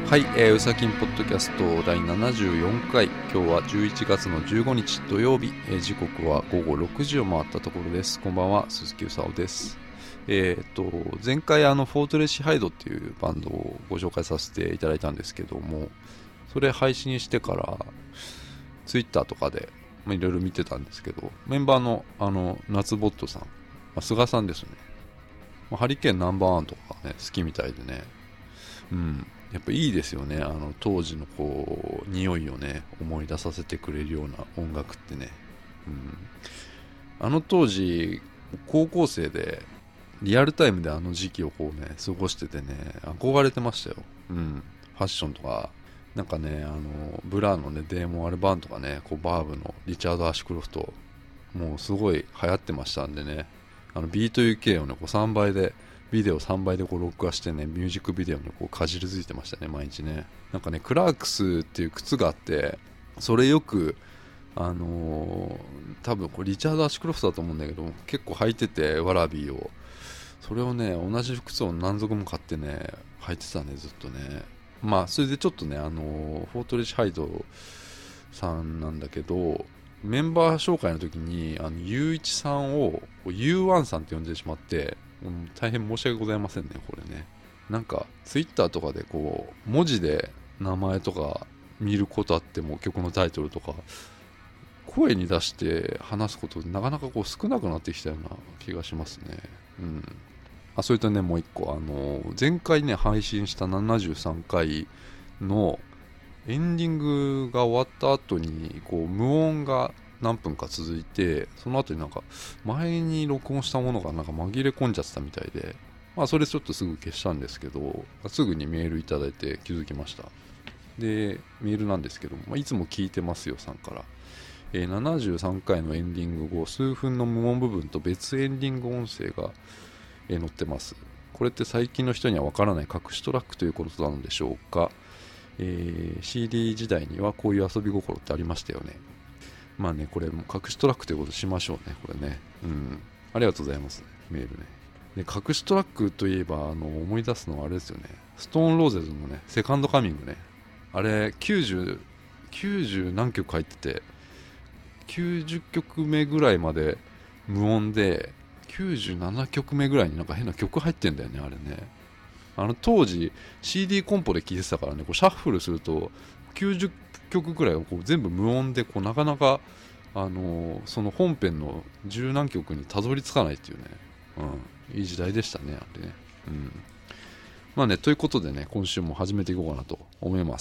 はい、うさきんポッドキャスト第74回。今日は11月の15日土曜日、時刻は午後6時を回ったところです。こんばんは、鈴木うさおです。前回フォートレシハイドっていうバンドをご紹介させていただいたんですけども、それ配信してからツイッターとかでいろいろ見てたんですけど、メンバーの夏ボットさん、菅さんですね、ハリケーンナンバーワンとかね好きみたいでね、やっぱいいですよね。当時のこう匂いをね思い出させてくれるような音楽ってね、当時高校生でリアルタイムで時期をこうね過ごしててね、憧れてましたよ。ファッションとかなんかね、ブラーのねデーモンアルバーンとかね、こうバーブのリチャード・アシュクロフト、もうすごい流行ってましたんでね、ビート UK をねこう3倍でビデオ3倍でこう録画してね、ミュージックビデオにこうかじりついてましたね、毎日ね。なんかね、クラークスっていう靴があって、それよく多分これリチャード・アシュクロフトだと思うんだけど、結構履いてて、ワラビーを、それをね同じ靴を何足も買ってね履いてたね、ずっとね。それでちょっとねフォートレシハイドさんなんだけど、メンバー紹介の時にゆういちさんをゆうわんさんって呼んでしまって、大変申し訳ございませんね、これね。なんかツイッターとかでこう文字で名前とか見ることあっても、曲のタイトルとか声に出して話すことなかなかこう少なくなってきたような気がしますね。それとね、もう一個前回ね配信した73回のエンディングが終わった後にこう無音が何分か続いて、その後になんか前に録音したものがなんか紛れ込んじゃってたみたいで、それちょっとすぐ消したんですけど、すぐにメールいただいて気づきました。でメールなんですけども、いつも聞いてますよさんから、73回のエンディング後数分の無音部分と別エンディング音声が、載ってます。これって最近の人にはわからない隠しトラックということなのでしょうか。CD 時代にはこういう遊び心ってありましたよね。これも隠しトラックということしましょうね、これね。ありがとうございます、メールね。で隠しトラックといえば思い出すのはあれですよね、ストーンローゼズのねセカンドカミングね。あれ90何曲入ってて、90曲目ぐらいまで無音で、97曲目ぐらいになんか変な曲入ってんだよね、あれね。当時 CD コンポで聴いてたからね、こうシャッフルすると90曲ぐらいをこう全部無音で、こうなかなかその本編の十何曲にたどり着かないっていうね、いい時代でしたね、あれね。ということでね、今週も始めていこうかなと思います。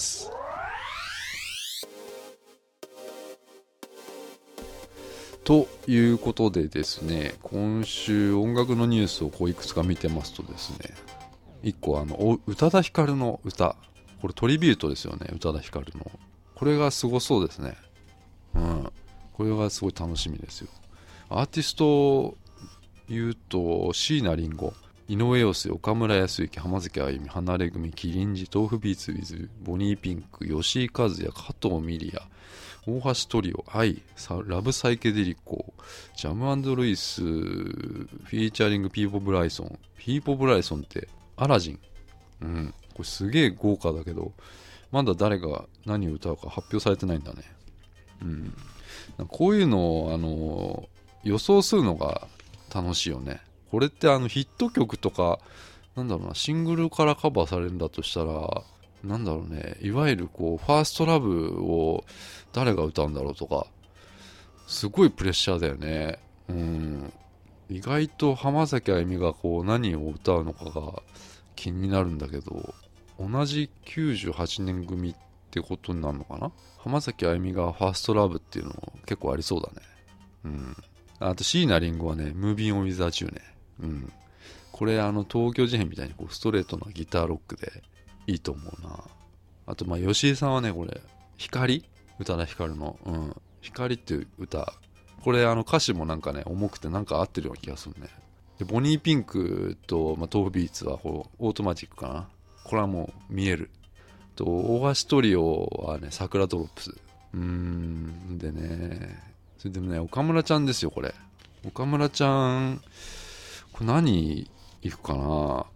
ということでですね、今週音楽のニュースをこういくつか見てますとですね、1個宇多田ヒカルの歌、これトリビュートですよね、宇多田ヒカルの。これがすごそうですね。これがすごい楽しみですよ。アーティスト言うと椎名林檎、井上陽水、岡村康之、浜崎あゆみ、花れ組、キリンジ、豆腐ビーツウィズ、ボニーピンク、吉井和也、加藤ミリア、大橋トリオ、愛、ラブサイケデリコ、ジャム&ルイス、フィーチャリングピーポブライソン。ピーポブライソンってアラジン。これすげえ豪華だけど、まだ誰が何を歌うか発表されてないんだね。こういうのを予想するのが楽しいよね。これってヒット曲とかシングルからカバーされるんだとしたら、いわゆるこうファーストラブを誰が歌うんだろうとか、すごいプレッシャーだよね。意外と浜崎あゆみがこう何を歌うのかが気になるんだけど、同じ98年組ってことになるのかな。浜崎あゆみがファーストラブっていうのも結構ありそうだね。あと椎名林檎はね、ムービンオンウィザーチューね。これ東京事変みたいにこうストレートなギターロックでいいと思うな。あと吉井さんはね、これ光、宇多田ヒカルの光っていう歌、これ歌詞もなんかね重くてなんか合ってるような気がするね。でボニーピンクと、豆腐ビーツはこうオートマティックかな。これはもう見えると。大橋トリオはね、桜ドロップス。でね、それでもね、岡村ちゃんですよ、これ。岡村ちゃん、これ何行くかな。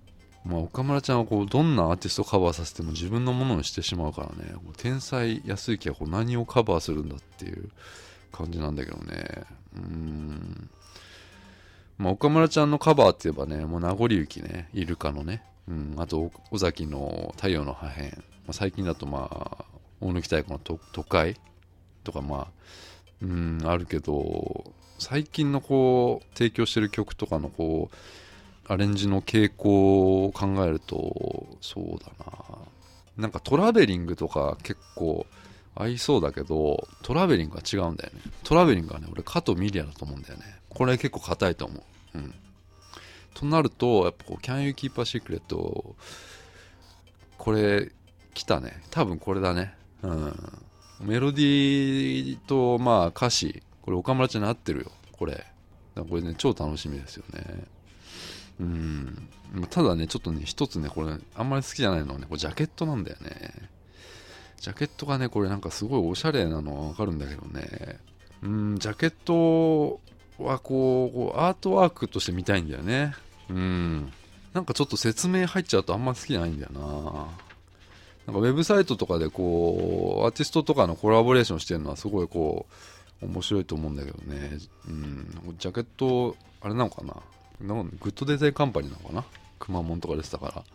まあ、岡村ちゃんはこうどんなアーティストをカバーさせても自分のものにしてしまうからね、もう天才安之はこう何をカバーするんだっていう感じなんだけどね。まあ、岡村ちゃんのカバーって言えばね、もう名残雪ね、イルカのね、あと尾崎の太陽の破片、最近だとまあ大貫太鼓の都会とかまああるけど、最近のこう提供してる曲とかのこうアレンジの傾向を考えると、そうだな、なんかトラベリングとか結構合いそうだけど、トラベリングは違うんだよね。トラベリングはね、俺加藤ミリアだと思うんだよね。これ結構硬いと思う。となるとやっぱこう Can You Keep a Secret、 これ来たね。多分これだね。メロディーとまあ歌詞、これ岡村ちゃんに合ってるよこれ。だからこれね超楽しみですよね。ただねちょっとね一つね、これあんまり好きじゃないのはね、これジャケットなんだよね。ジャケットがね、これなんかすごいおしゃれなのはわかるんだけどね、ジャケットはこうアートワークとして見たいんだよね。なんかちょっと説明入っちゃうとあんま好きじゃないんだよな。なんかウェブサイトとかでこうアーティストとかのコラボレーションしてるのはすごいこう面白いと思うんだけどね。ジャケットあれなのかな、なんかグッドデザインカンパニーなのかな、くまモンとか出てたから。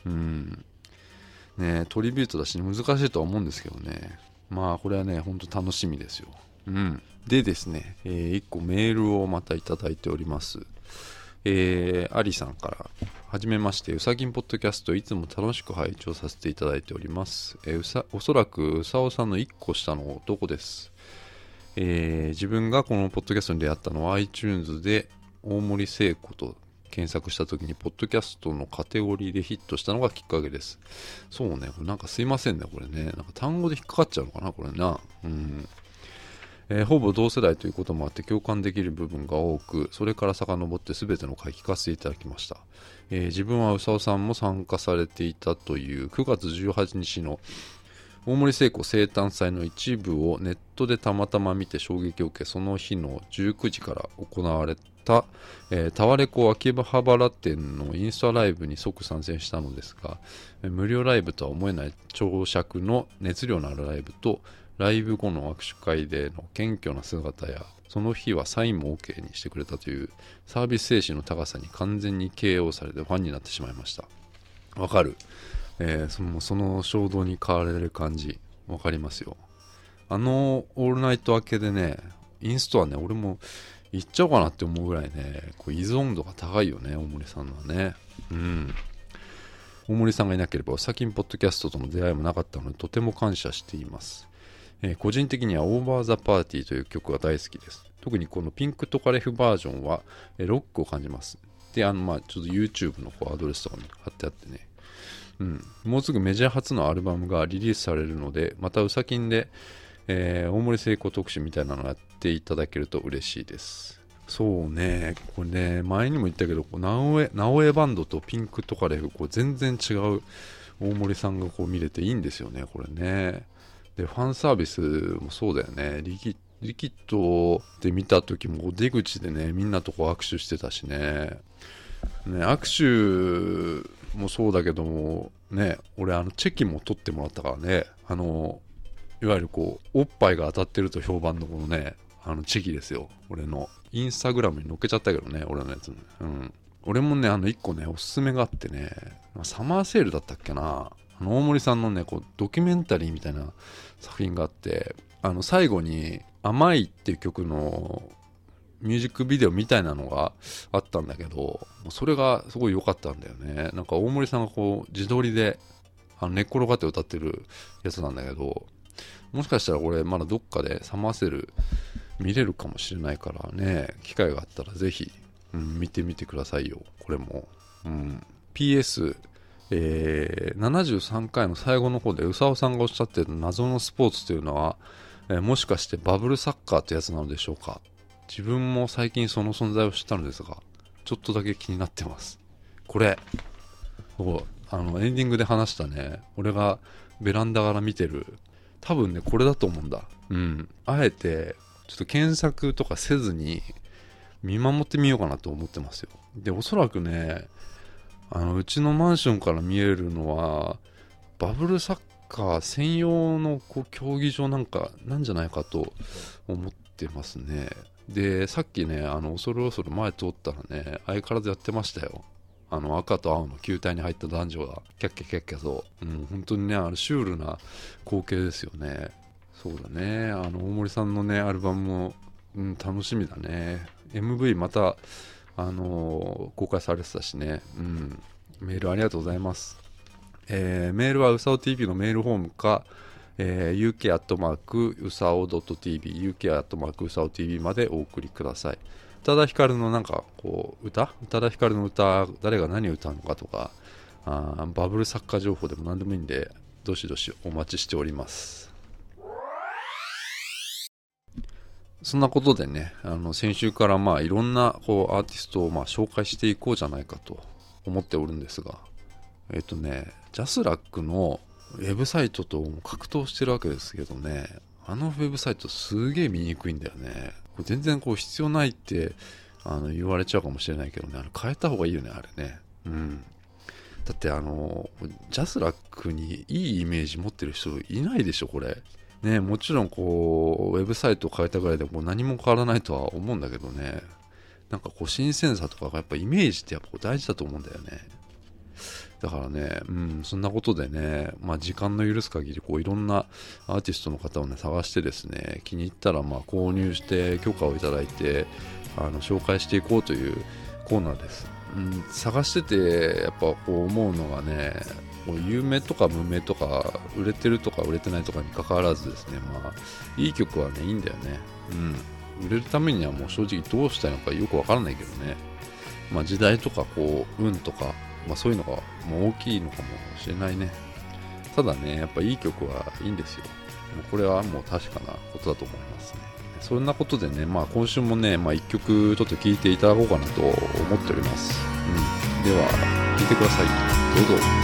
ね、トリビュートだし難しいとは思うんですけどね。まあこれはねほんと楽しみですよ。でですね、1個メールをまたいただいております。アリさんから、はじめまして、うさぎんポッドキャストいつも楽しく拝聴させていただいております。おそらくうさおさんの1個下の男です。自分がこのポッドキャストに出会ったのは iTunes で大森聖子と検索した時にポッドキャストのカテゴリーでヒットしたのがきっかけです。そうね、これなんかすいませんね、これね、なんか単語で引っかかっちゃうのかなこれな。ほぼ同世代ということもあって共感できる部分が多く、それから遡って全ての回聞かせていただきました。自分はうさおさんも参加されていたという9月18日の大森聖子生誕祭の一部をネットでたまたま見て衝撃を受け、その日の19時から行われた、タワレコ秋葉原店のインスタライブに即参戦したのですが、無料ライブとは思えない長尺の熱量のあるライブと、ライブ後の握手会での謙虚な姿や、その日はサインも OK にしてくれたというサービス精神の高さに完全に KO されてファンになってしまいました。わかる。その衝動に変われる感じわかりますよ。オールナイト明けでね、インストはね俺も行っちゃおうかなって思うぐらいね、こう依存度が高いよね、大森さんのはね。大森さんがいなければ最近ポッドキャストとの出会いもなかったのでとても感謝しています。個人的にはオーバーザパーティーという曲が大好きです。特にこのピンクトカレフバージョンはロックを感じます。で、ちょっと YouTube のアドレスとかに貼ってあってね、もうすぐメジャー初のアルバムがリリースされるので、またうさきんで、大森聖子特集みたいなのをやっていただけると嬉しいです。そうね、これね前にも言ったけど、直江バンドとピンクトカレフ全然違う大森さんが見れていいんですよね、これね。でファンサービスもそうだよね。リキッドで見た時も出口でねみんなと握手してたしね。握手もそうだけどもね、俺チェキも取ってもらったからね。いわゆるおっぱいが当たってると評判のこのねチェキですよ。俺のインスタグラムに載っけちゃったけどね、俺のやつね。俺もね1個ねおすすめがあってね、サマーセールだったっけな、大森さんのねドキュメンタリーみたいな作品があって、最後に甘いっていう曲のミュージックビデオみたいなのがあったんだけど、それがすごい良かったんだよね。なんか大森さんが自撮りで寝っ転がって歌ってるやつなんだけど、もしかしたら俺まだどっかでサマーセール見れるかもしれないからね、機会があったらぜひ、見てみてくださいよ、これも。PS、73回の最後の方でうさおさんがおっしゃってた謎のスポーツというのは、もしかしてバブルサッカーってやつなのでしょうか。自分も最近その存在を知ったのですが、ちょっとだけ気になってます。これエンディングで話したね、俺がベランダから見てる、多分ねこれだと思うんだ。あえてちょっと検索とかせずに見守ってみようかなと思ってますよ。でおそらくねうちのマンションから見えるのはバブルサッカー専用のこう競技場なんじゃないかと思ってますね。でさっきね恐る恐る前通ったらね、相変わらずやってましたよ。赤と青の球体に入った男女がキャッキャキャッキャと、本当にねシュールな光景ですよね。そうだね、大森さんのねアルバムも、楽しみだね。 MV また公開されてたしね、メールありがとうございます。メールはうさお TV のメールフォームか、uk@ うさお .tv uk@ うさお TV までお送りください。宇多田ヒカルのなんかこう宇多田ヒカルの歌、誰が何を歌うのかとか、バブル作家情報でも何でもいいんで、どしどしお待ちしております。そんなことでね、先週からいろんなこうアーティストを紹介していこうじゃないかと思っておるんですが、ジャスラックのウェブサイトと格闘してるわけですけどね、ウェブサイトすげえ見にくいんだよね。これ全然こう必要ないって言われちゃうかもしれないけどね、変えた方がいいよね、あれね。だってジャスラックにいいイメージ持ってる人いないでしょこれね。もちろんこうウェブサイトを変えたぐらいでもう何も変わらないとは思うんだけどね、なんかこう新鮮さとかがやっぱイメージってやっぱ大事だと思うんだよね。だからね、そんなことでね、時間の許す限りこういろんなアーティストの方をね探してですね、気に入ったら購入して許可をいただいて紹介していこうというコーナーです。探しててやっぱこう思うのがね、もう有名とか無名とか売れてるとか売れてないとかに関わらずですね、いい曲はねいいんだよね。売れるためにはもう正直どうしたいのかよくわからないけどね、時代とかこう運とかそういうのがもう大きいのかもしれないね。ただね、やっぱいい曲はいいんですよ。もうこれはもう確かなことだと思いますね。そんなことでね、今週もね、一曲ちょっと聴いていただこうかなと思っております。では聴いてください。どうぞ。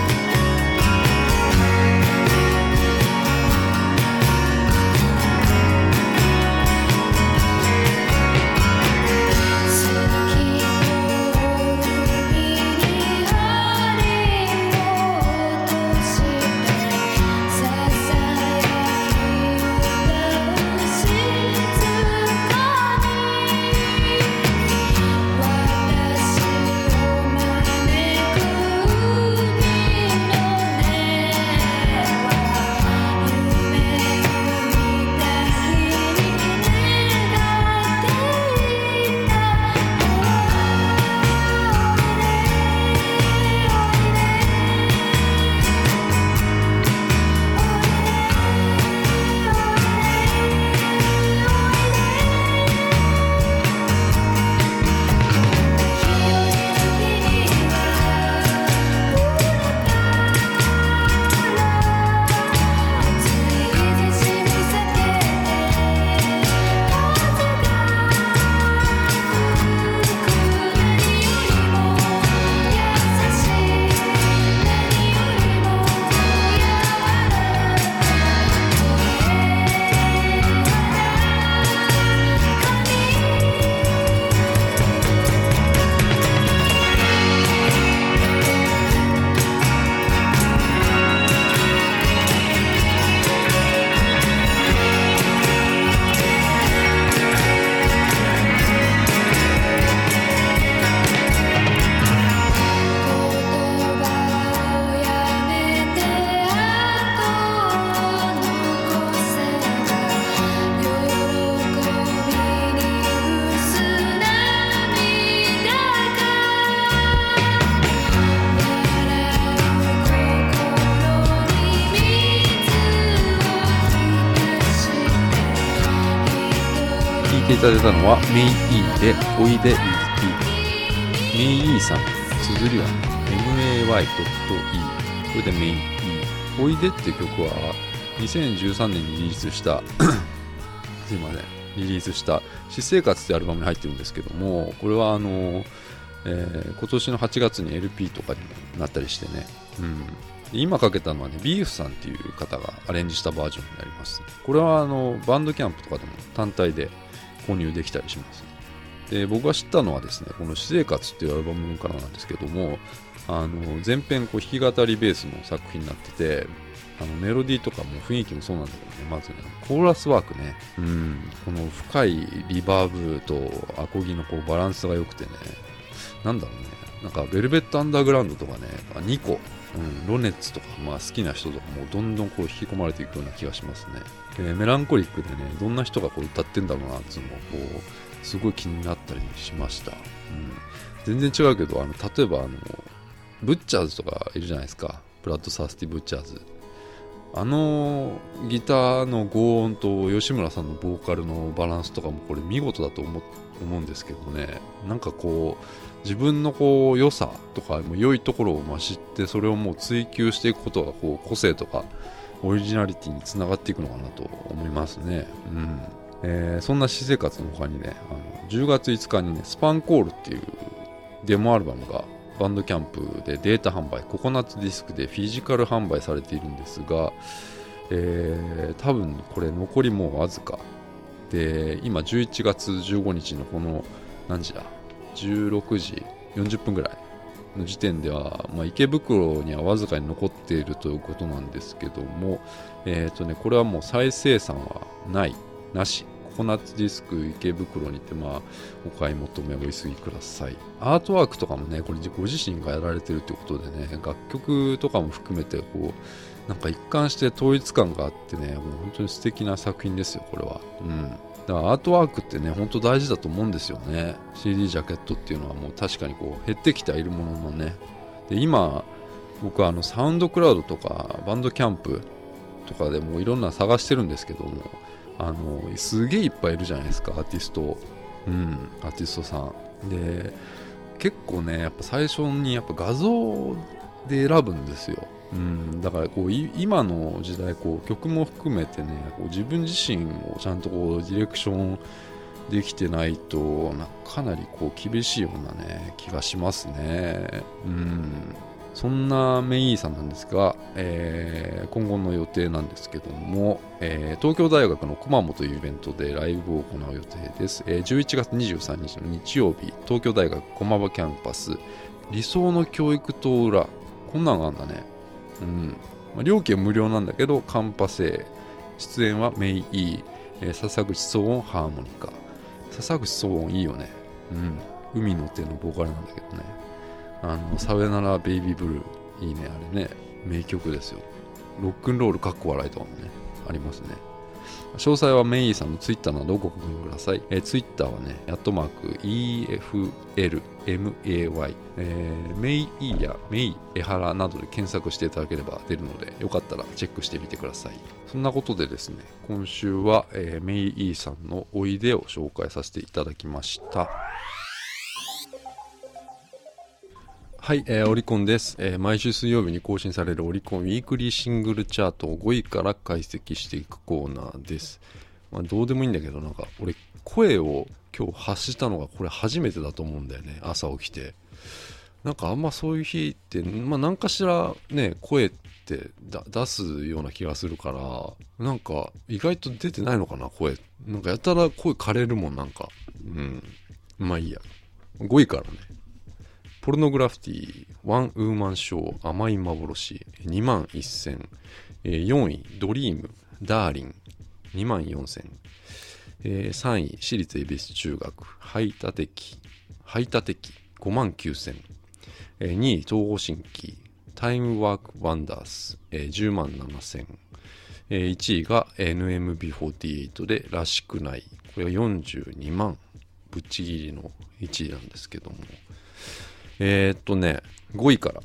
いただいたのはメイイーでおいで with P。 メイイーさん、綴りは may.e、 これでメイイー。おいでっていう曲は2013年にリリースしたすいません、リリースした私生活ってアルバムに入ってるんですけども、これは今年の8月に LP とかにもなったりしてね、今かけたのはね、ビーフさんっていう方がアレンジしたバージョンになります。これはバンドキャンプとかでも単体で購入できたりします。 で僕が知ったのはですね、この私生活っていうアルバムからなんですけども、前編こう弾き語りベースの作品になってて、メロディーとかも雰囲気もそうなんだけどね、まずねコーラスワークね、この深いリバーブとアコギのこうバランスが良くてね、なんだろうね、なんかベルベットアンダーグラウンドとかね、ニコ、ロネッツとか、好きな人とかもどんどんこう引き込まれていくような気がしますね。メランコリックでね、どんな人がこう歌ってんだろうなっていうのもこうすごい気になったりしました。全然違うけど、例えばブッチャーズとかいるじゃないですか。ブラッド・サースティ・ブッチャーズ。ギターの轟音と吉村さんのボーカルのバランスとかもこれ見事だと思うんですけどね、なんかこう自分のこう良さとかも良いところを知って、それをもう追求していくことがこう個性とかオリジナリティにつながっていくのかなと思いますね。そんな私生活の他にね、10月5日にね、スパンコールっていうデモアルバムがバンドキャンプでデータ販売、ココナッツディスクでフィジカル販売されているんですが、多分これ残りもうわずかで、今11月15日のこの何時だ16時40分ぐらいの時点では、池袋にはわずかに残っているということなんですけども、これはもう再生産はなし、ココナッツディスク池袋にてお買い求めお急ぎください。アートワークとかもね、これご自身がやられてるということでね、楽曲とかも含めてこうなんか一貫して統一感があってね、もう本当に素敵な作品ですよ、これは。だからアートワークってね、本当大事だと思うんですよね。 CD ジャケットっていうのはもう確かにこう減ってきてはいるもののね。で今僕はサウンドクラウドとかバンドキャンプとかでもいろんな探してるんですけども、すげえいっぱいいるじゃないですか、アーティストさんで。結構ね、やっぱ最初にやっぱ画像で選ぶんですよ。だからこう今の時代こう曲も含めてね、こう自分自身をちゃんとこうディレクションできてないとかなりこう厳しいようなね気がしますね。そんなメイさんなんですが、今後の予定なんですけども、東京大学のコマモというイベントでライブを行う予定です。11月23日の日曜日、東京大学駒場キャンパス理想の教育棟裏、こんなのがあるんだね。料金は無料なんだけどカンパ生、出演はメイイー、笹口騒音ハーモニカ。笹口騒音いいよね。海の手のボーカルなんだけどね。さよならベイビーブルー、いいね、あれね、名曲ですよ。ロックンロールかっこ笑いとかもねありますね。詳細はメイさんのツイッターなどをご確認ください。ツイッターはね、@EFLMAY、メイイーやメイエハラなどで検索していただければ出るので、よかったらチェックしてみてください。そんなことでですね、今週は、メイイーさんのおいでを紹介させていただきました。はい、オリコンです、毎週水曜日に更新されるオリコンウィークリーシングルチャートを5位から解析していくコーナーです。どうでもいいんだけど、なんか俺声を今日発したのがこれ初めてだと思うんだよね。朝起きてなんかあんまそういう日って何かしらね声って出すような気がするから、なんか意外と出てないのかな声。なんかやたら声枯れるもん、なんかいいや。5位からね、ポルノグラフィティワンウーマンショー甘い幻2万1000、4位ドリームダーリン2万4000、3位私立恵比寿中学排他的5万9000、2位東方神起タイムワークワンダース、10万7000、1位が NMB48 でらしくない、これが42万、ぶっちぎりの1位なんですけども、5位から、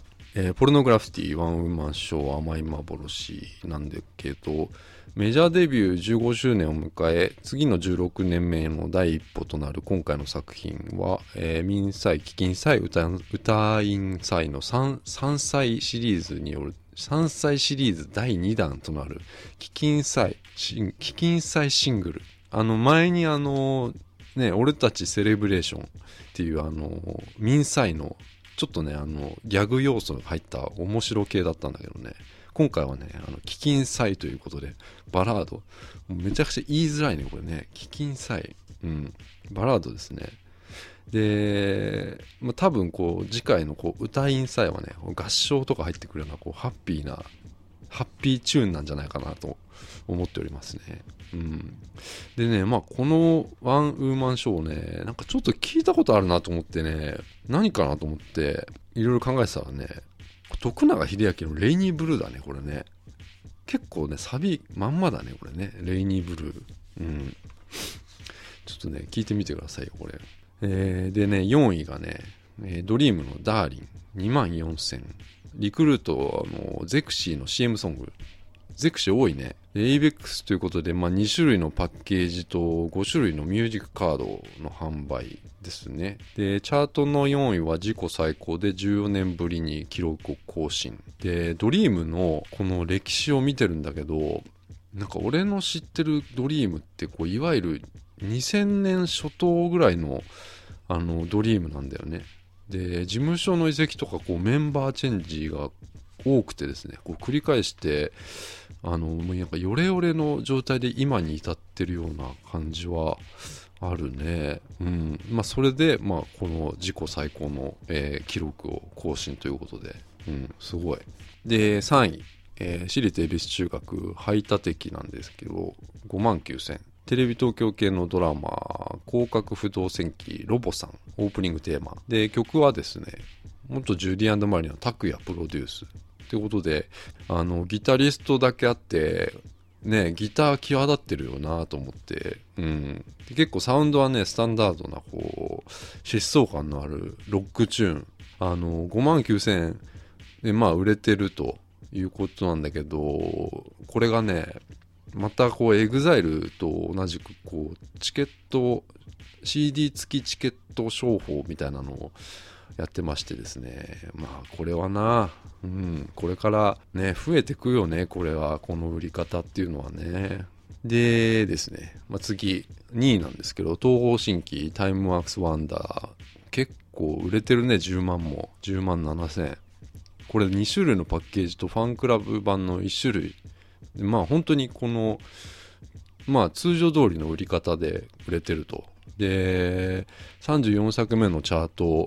ポルノグラフィティワンウーマンショー甘い幻なんだけど、メジャーデビュー15周年を迎え、次の16年目の第一歩となる今回の作品は、民祭飢饉祭歌員祭の 3歳シリーズによる3歳シリーズ第2弾となる飢饉祭シングル、前に俺たちセレブレーションっていう民祭のちょっとねギャグ要素が入った面白系だったんだけどね、今回はね飢饉祭ということでバラード、めちゃくちゃ言いづらいねこれね、飢饉祭、バラードですね。 で、多分こう次回のこう歌インさえはね合唱とか入ってくるようなこうハッピーチューンなんじゃないかなと思っておりますね。でね、このワンウーマンショーをね、なんかちょっと聞いたことあるなと思ってね、何かなと思っていろいろ考えてたらね、徳永英明のレイニーブルーだね、これね。結構ね、サビまんまだね、これね、レイニーブルー。ちょっとね、聞いてみてくださいよ、これ。でね、4位がね、ドリームのダーリン24000。リクルートゼクシーの CM ソング。ゼクシー多いね。ABEX ということで、2種類のパッケージと5種類のミュージックカードの販売ですね。で、チャートの4位は自己最高で14年ぶりに記録を更新。で、ドリームのこの歴史を見てるんだけど、なんか俺の知ってるドリームってこういわゆる2000年初頭ぐらいのドリームなんだよね。で、事務所の移籍とかこうメンバーチェンジが多くてですね、こう繰り返してもうやっぱヨレヨレの状態で今に至ってるような感じはあるね。それでこの自己最高の、記録を更新ということで、すごい。で、3位、私立恵比寿中学排他的なんですけど59000。テレビ東京系のドラマ広角不動戦記ロボさんオープニングテーマで、曲はですね元ジュディ&マリの拓也プロデュースということで、ギタリストだけあってね、ギター際立ってるよなと思って、で結構サウンドはねスタンダードなこう疾走感のあるロックチューン、59000で売れてるということなんだけど、これがねまたこうエグザイルと同じくこうチケット CD 付きチケット商法みたいなのをやってましてですね、これはな、これからね増えてくよね、これはこの売り方っていうのはね。でですね、次2位なんですけど、東方神起タイムワークスワンダー結構売れてるね。10万も10万7000。これ2種類のパッケージとファンクラブ版の1種類で、本当にこの通常通りの売り方で売れてると。で34作目のチャート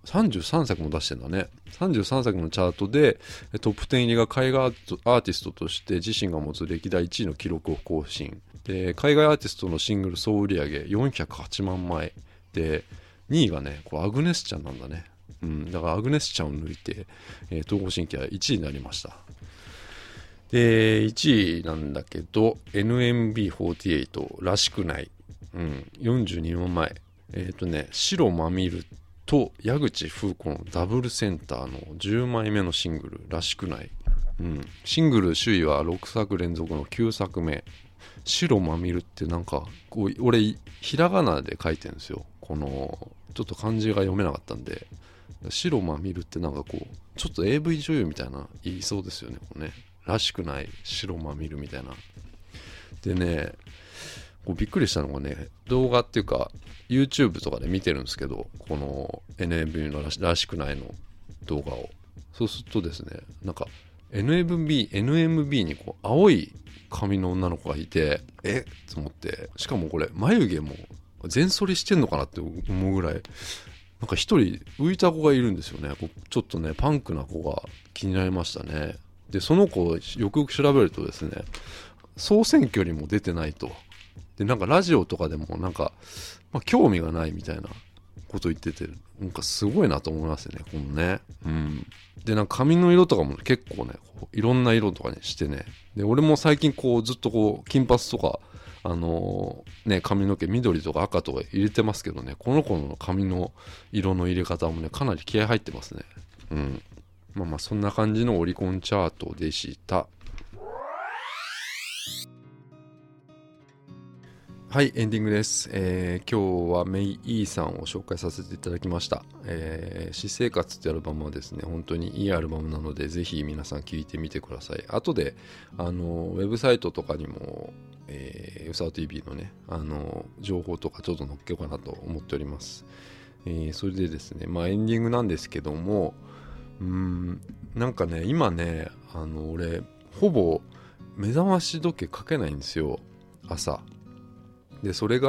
33作も出してんだね。33作のチャートでトップ10入りが海外アーティストとして自身が持つ歴代1位の記録を更新で、海外アーティストのシングル総売上408万枚で、2位がねこれアグネスちゃんなんだね。だからアグネスちゃんを抜いて、東方神起は1位になりました。で1位なんだけど NMB48 らしくない、42万枚。白まみると矢口風子のダブルセンターの10枚目のシングルらしくない、シングル首位は6作連続の9作目。白まみるってなんかこう俺ひらがなで書いてるんですよ。このちょっと漢字が読めなかったんで、白まみるってなんかこうちょっと AV 女優みたいな言いそうですよね、これね。らしくない白まみるみたいな。でねこうびっくりしたのがね、動画っていうか YouTube とかで見てるんですけど、この NMB のらしくないの動画を。そうするとですね、なんか NMB にこう青い髪の女の子がいて、と思って、しかもこれ眉毛も全剃りしてんのかなって思うぐらい、なんか一人浮いた子がいるんですよね。ちょっとねパンクな子が気になりましたね。でその子をよくよく調べるとですね、総選挙にも出てないと。でなんかラジオとかでもなんか、興味がないみたいなこと言ってて、なんかすごいなと思いますよね、このね。でなんか髪の色とかも結構ねこういろんな色とかにしてね。で俺も最近こうずっとこう金髪とか髪の毛緑とか赤とか入れてますけどね、この子の髪の色の入れ方もねかなり気合入ってますね。そんな感じのオリコンチャートでした。はい、エンディングです。今日はメイ・イーさんを紹介させていただきました。私生活ってアルバムはですね、本当にいいアルバムなので、ぜひ皆さん聴いてみてください。後でウェブサイトとかにも、うさお TV のね情報とかちょっと載っけようかなと思っております。それでですね、エンディングなんですけども、なんかね今ね俺ほぼ目覚まし時計かけないんですよ、朝で。それが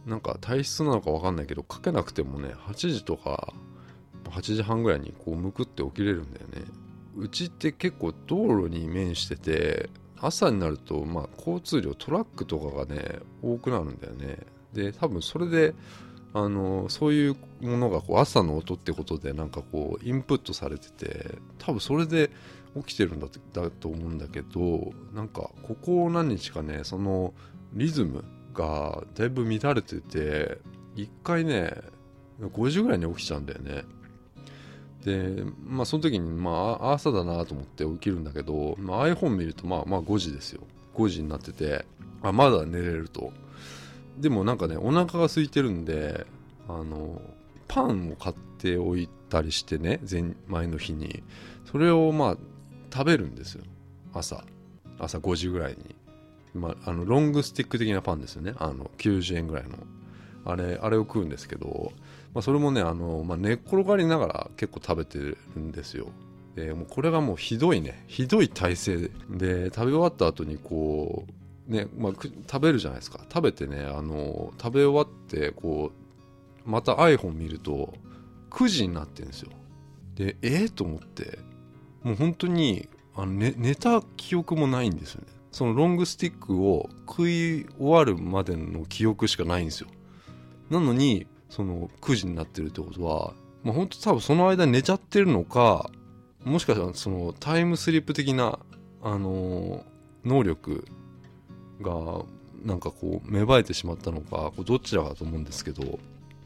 なんか体質なのか分かんないけど、かけなくてもね8時とか8時半ぐらいにこうむくって起きれるんだよね。うちって結構道路に面してて、朝になるとまあ交通量トラックとかがね多くなるんだよね。で多分それでそういうものがこう朝の音ってことでなんかこうインプットされてて、多分それで起きてるんだと思うんだけど、なんかここ何日かねそのリズムがだいぶ乱れてて、一回ね5時ぐらいに起きちゃうんだよね。でまあその時にまあ朝だなと思って起きるんだけど、まあ、iPhone 見るとまあ5時ですよ。5時になってて、まだ寝れると。でもなんかねお腹が空いてるんで、パンを買っておいたりしてね、前の日にそれをまあ食べるんですよ。朝5時ぐらいに、ロングスティック的なパンですよね。90円ぐらいのあれを食うんですけど、まあ、それもね寝っ転がりながら結構食べてるんですよ。でもうこれがもうひどい体勢で、食べ終わった後にこうね、食べるじゃないですか。食べてね食べ終わってこうまた iPhone 見ると9時になってるんですよ。でと思って、もう本当に寝た記憶もないんですよね。そのロングスティックを食い終わるまでの記憶しかないんですよ。なのにその9時になってるってことは、本当多分その間寝ちゃってるのか、もしかしたらそのタイムスリップ的な能力がなんかこう芽生えてしまったのか、どちらかと思うんですけど、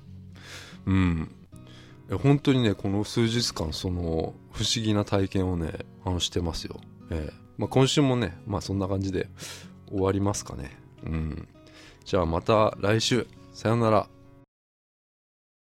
本当にねこの数日間その不思議な体験をねしてますよ。今週もねそんな感じで終わりますかね。じゃあまた来週、さよなら。